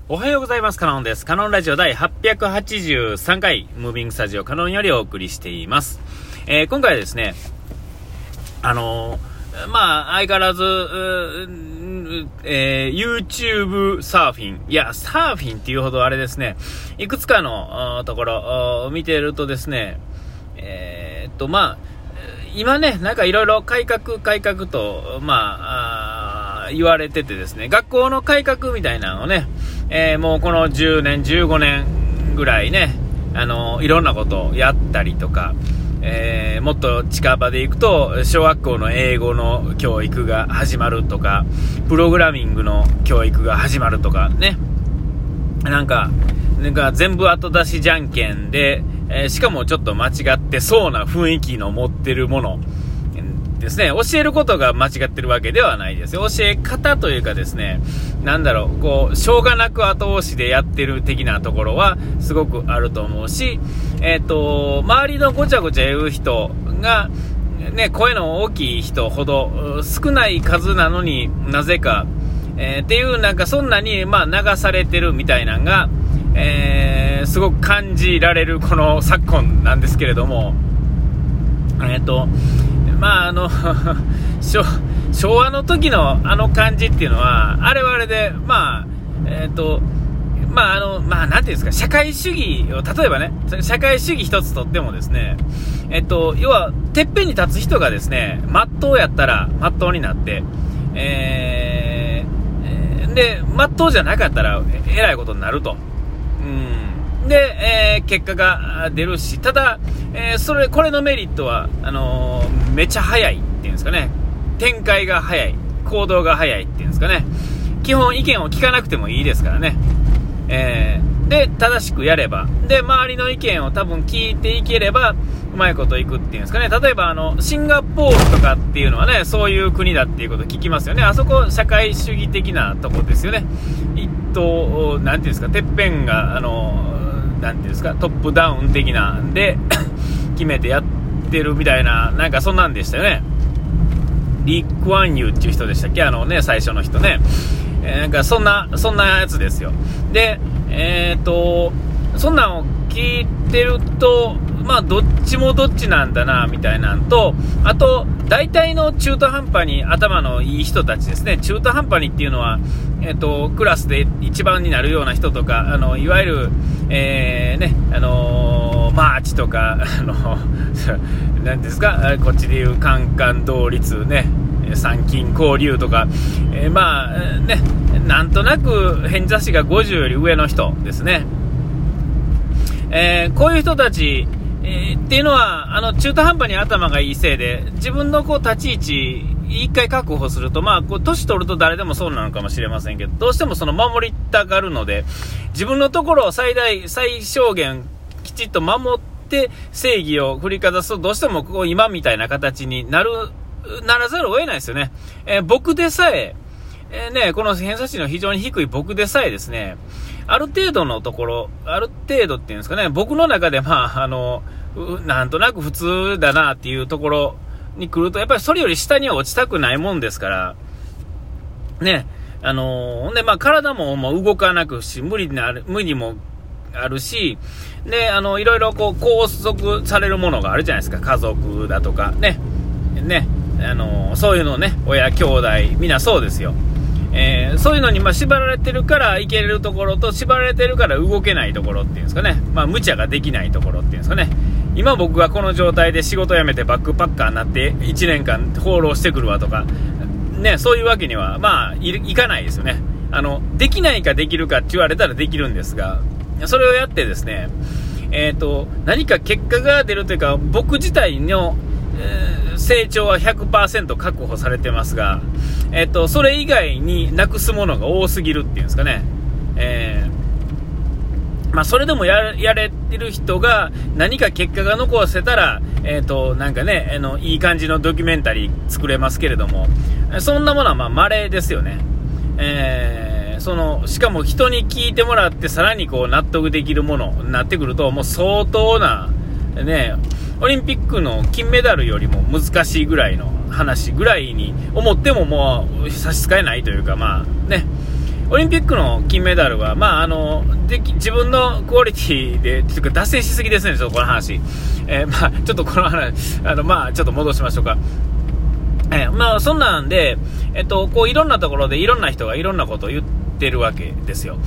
おはようございます。カノンです。カノンラジオ第883回ムービングスタジオカノンよりお送りしています。今回はですね、相変わらずYouTube サーフィン、いやサーフィンっていうほどあれですね、いくつかのところを見ているとですね、今ね、なんかいろいろ改革と言われててですね、学校の改革みたいなのをね、もうこの10年15年ぐらいね、いろんなことをやったりとか、もっと近場で行くと小学校の英語の教育が始まるとか、プログラミングの教育が始まるとかね、なんか全部後出しじゃんけんで、しかもちょっと間違ってそうな雰囲気の持ってるものですね。教えることが間違ってるわけではないですよ。教え方というかですね、しょうがなく後押しでやってる的なところはすごくあると思うし、周りのごちゃごちゃ言う人がね、声の大きい人ほど少ない数なのになぜか、っていうなんかそんなに流されてるみたいなのが、すごく感じられるこの昨今なんですけれども、昭和の時の感じっていうのはあれはあれでなんていうんですか、社会主義を例えばね、社会主義一つとってもですね、要はてっぺんに立つ人がですね、真っ当やったら真っ当になって、で真っ当じゃなかったらえらいことになると。で、結果が出るし、ただ、これのメリットはめちゃ早いっていうんですかね、展開が早い、行動が早いっていうんですかね、基本意見を聞かなくてもいいですからね、で正しくやれば、で周りの意見を多分聞いていければうまいこといくっていうんですかね。例えばシンガポールとかっていうのはね、そういう国だっていうことを聞きますよね。あそこ社会主義的なとこですよね。なんていうんですか、てっぺんがなんていうんですか、トップダウン的なんで決めてやってるみたいな、なんかそんなんでしたよね。リー・クワンユーっていう人でしたっけ、最初の人ね、なんかそんなやつですよ。でそんなんを聞いてると、どっちもどっちなんだなみたいなんと、あと大体の中途半端に頭のいい人たちですね。中途半端にっていうのは、クラスで一番になるような人とか、いわゆる、マーチとかなんですか、こっちでいうカンカン同率ね、参勤交流とか、なんとなく偏差値が50より上の人ですね。こういう人たち、っていうのは中途半端に頭がいいせいで、自分の立ち位置一回確保すると、年取ると誰でもそうなのかもしれませんけど、どうしても守りたがるので、自分のところを最小限きちっと守って正義を振りかざすと、どうしても今みたいな形にならざるを得ないですよね。僕でさえ、この偏差値の非常に低い僕でさえですね、ある程度のところ、ある程度っていうんですかね、僕の中でなんとなく普通だなっていうところに来ると、やっぱりそれより下には落ちたくないもんですからね。体も動かなくし、無理もあるし、でいろいろ拘束されるものがあるじゃないですか。家族だとかね、そういうのね、親兄弟みんなそうですよ。そういうのに縛られてるから行けれるところと、縛られてるから動けないところっていうんですかね、無茶ができないところっていうんですかね。今僕がこの状態で仕事辞めてバックパッカーになって1年間放浪してくるわとかね、そういうわけにはいかないですよね。できないかできるかって言われたらできるんですが、それをやってですね、何か結果が出るというか、僕自体の成長は 100% 確保されてますが、それ以外になくすものが多すぎるっていうんですかね。それでもやれてる人が何か結果が残せたら、なんかね、いい感じのドキュメンタリー作れますけれども、そんなものは稀ですよね。しかも人に聞いてもらってさらに納得できるものになってくると、もう相当なね、オリンピックの金メダルよりも難しいぐらいの話ぐらいに思ってももう差し支えないというか、 オリンピックの金メダルは、自分のクオリティで、ちょっと脱線しすぎですね、ちょっとこの話。ちょっとこの話、ちょっと戻しましょうか。そんなんで、こういろんなところでいろんな人がいろんなことを言ってるわけですよ。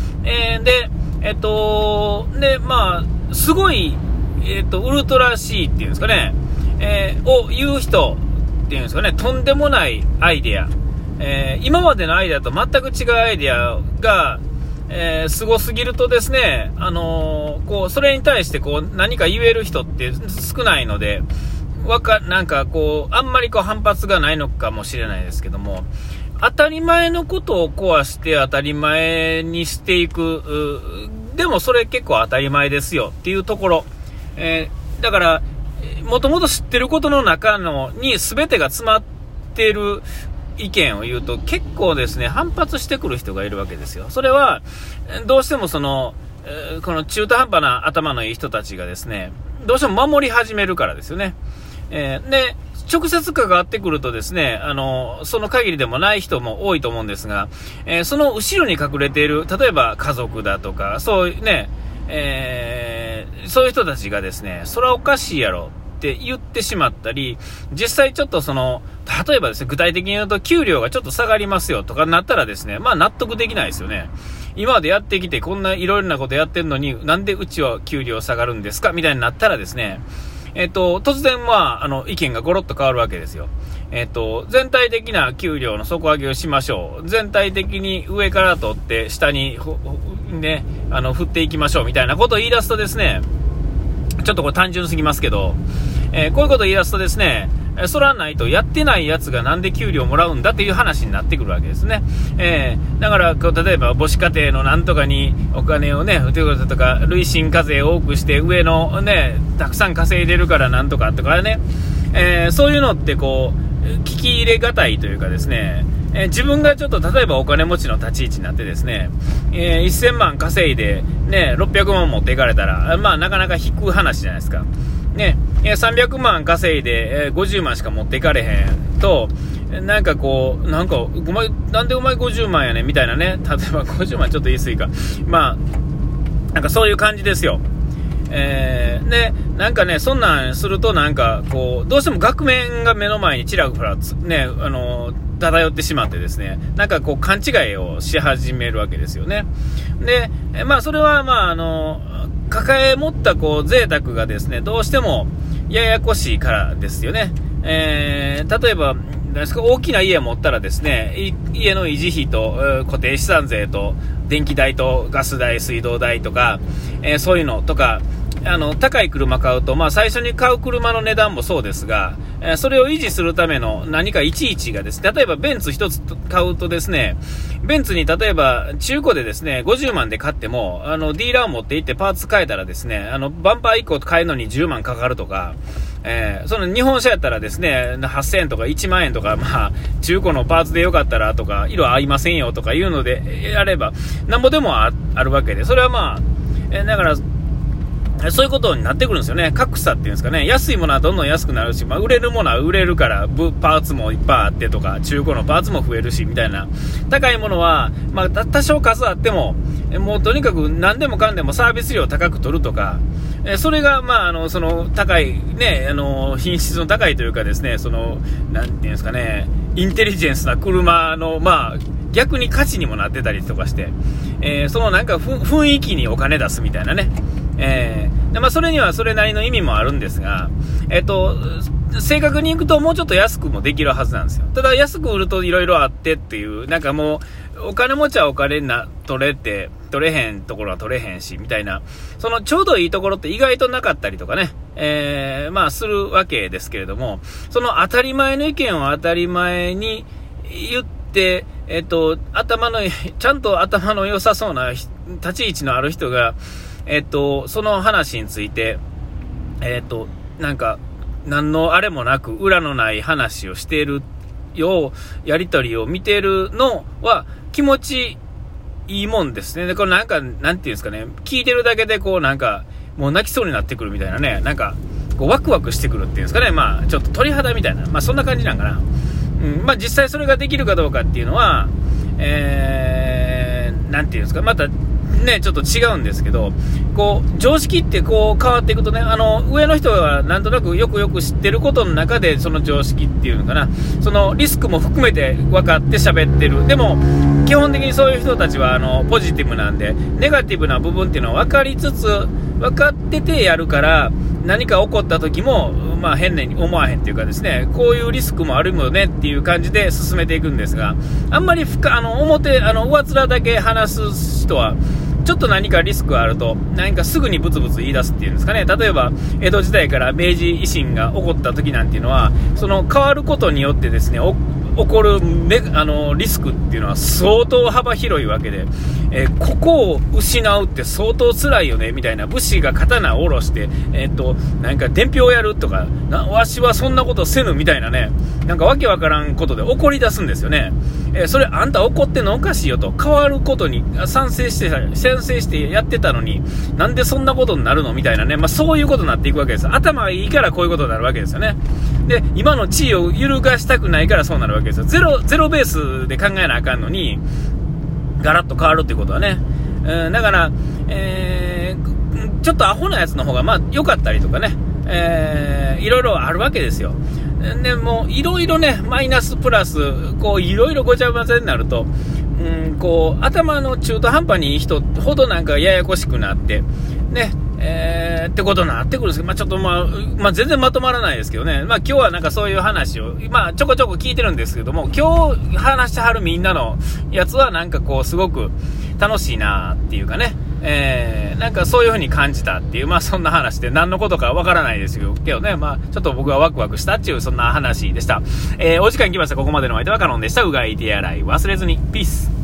すごい、ウルトラ C っていうんですかね、を言う人っていうんですかね、とんでもないアイデア、今までのアイデアと全く違うアイデアが、すごすぎるとですね、こうそれに対してこう何か言える人って少ないので、なんかこうあんまりこう反発がないのかもしれないですけども、当たり前のことを壊して当たり前にしていく、でもそれ結構当たり前ですよっていうところ、だからもともと知ってることの中に全てが詰まっている意見を言うと結構ですね反発してくる人がいるわけですよ。それはどうしてもこの中途半端な頭のいい人たちがですねどうしても守り始めるからですよね。で直接関わってくるとですねその限りでもない人も多いと思うんですが、その後ろに隠れている例えば家族だとかそういうね、そういう人たちがですねそれはおかしいやろって言ってしまったり、実際ちょっと例えばですね具体的に言うと給料がちょっと下がりますよとかなったらですね納得できないですよね。今までやってきてこんないろいろなことやってんのになんでうちは給料下がるんですかみたいになったらですね突然意見がゴロッと変わるわけですよ。全体的な給料の底上げをしましょう、全体的に上から取って下にね振っていきましょうみたいなことを言い出すとですね、ちょっとこれ単純すぎますけど、こういうことを言い出すとですね、それはないとやってないやつがなんで給料もらうんだっていう話になってくるわけですね。だから例えば母子家庭のなんとかにお金をねということとか累進課税を多くして上のねたくさん稼いでるからなんとかとかね、そういうのってこう聞き入れがたいというかですね、自分がちょっと例えばお金持ちの立ち位置になってですね、1000万稼いで、ね、600万持っていかれたらなかなか引く話じゃないですかね。300万稼いで、50万しか持っていかれへんとなんかこうなんでお前50万やねんみたいなね、例えば50万ちょっと言い過ぎか、なんかそういう感じですよ。でなんかねそんなんするとなんかこうどうしても額面が目の前にちらほらね漂ってしまってですね、なんかこう勘違いをし始めるわけですよね。でそれは抱え持ったこう贅沢がですねどうしてもややこしいからですよね。例えば大きな家を持ったらですね家の維持費と固定資産税と電気代とガス代水道代とか、そういうのとか高い車買うと、最初に買う車の値段もそうですが、それを維持するための何かいちいちがですね、例えばベンツ一つ買うとですね、ベンツに例えば中古でですね50万で買ってもディーラーを持って行ってパーツ変えたらですねバンパー1個買えるのに10万かかるとか、その日本車やったらですね8000円とか1万円とか、中古のパーツでよかったらとか色合いませんよとかいうのでやればなんぼでもあるわけで、それはだからそういうことになってくるんですよね。格差っていうんですかね、安いものはどんどん安くなるし、売れるものは売れるからパーツもいっぱいあってとか中古のパーツも増えるしみたいな、高いものは、多少数あってももうとにかく何でもかんでもサービス料高く取るとか、それがその高いね品質の高いというかですね、なんていうんですかねインテリジェンスな車の逆に価値にもなってたりとかして、なんか雰囲気にお金出すみたいなね、それにはそれなりの意味もあるんですが、正確にいくともうちょっと安くもできるはずなんですよ。ただ安く売るといろいろあってっていう、なんかもうお金持ちはお金取れへんところは取れへんしみたいな、そのちょうどいいところって意外となかったりとかね、するわけですけれども、その当たり前の意見を当たり前に言って、ちゃんと頭の良さそうな立ち位置のある人がその話についてなんか何のあれもなく裏のない話をしているようやり取りを見ているのは気持ちいいもんですね。でこれなんていうんですかね、聞いてるだけでこうなんかもう泣きそうになってくるみたいなね、なんかこうワクワクしてくるっていうんですかね、ちょっと鳥肌みたいな、そんな感じなんかな。実際それができるかどうかっていうのは、 なんていうんですか、またね、ちょっと違うんですけど、こう常識ってこう変わっていくとね、上の人はなんとなくよく知ってることの中で、その常識っていうのかな、そのリスクも含めて分かって喋ってる。でも基本的にそういう人たちはポジティブなんで、ネガティブな部分っていうのは分かりつつ、分かっててやるから、何か起こった時も、まあ、変に思わへんっていうかですね、こういうリスクもあるよねっていう感じで進めていくんですが、あんまり上面だけ話す人はちょっと何かリスクがあると、何かすぐにブツブツ言い出すっていうんですかね。例えば江戸時代から明治維新が起こった時なんていうのは、その変わることによってですね、起こるリスクっていうのは相当幅広いわけで、ここを失うって相当辛いよねみたいな、武士が刀を下ろしてなんか伝票をやるとか、わしはそんなことせぬみたいなね、なんかわけわからんことで怒り出すんですよね。それあんた怒ってんのおかしいよと、変わることに賛成してやってたのになんでそんなことになるのみたいなね、まあ、そういうことになっていくわけです。頭がいいからこういうことになるわけですよね。で今の地位を揺るがしたくないからそうなるわけですよ。ゼロベースで考えなあかんのにガラッと変わるっていうことはね、だから、ちょっとアホなやつの方がまあ良かったりとかね、いろいろあるわけですよ。でもいろいろね、マイナスプラスこういろいろごちゃ混ぜになると、こう頭の中途半端にいい人ほどなんかややこしくなってね、ってことになってくるんですけど、ちょっとまあ全然まとまらないですけどね。今日はなんかそういう話をちょこちょこ聞いてるんですけども、今日話してはるみんなのやつはなんかこうすごく楽しいなっていうかね、なんかそういう風に感じたっていう、そんな話で何のことかわからないですけどね、ちょっと僕はワクワクしたっていうそんな話でした。お時間来ました。ここまでのお相手はカノンでした。うがい手洗い忘れずに。ピース。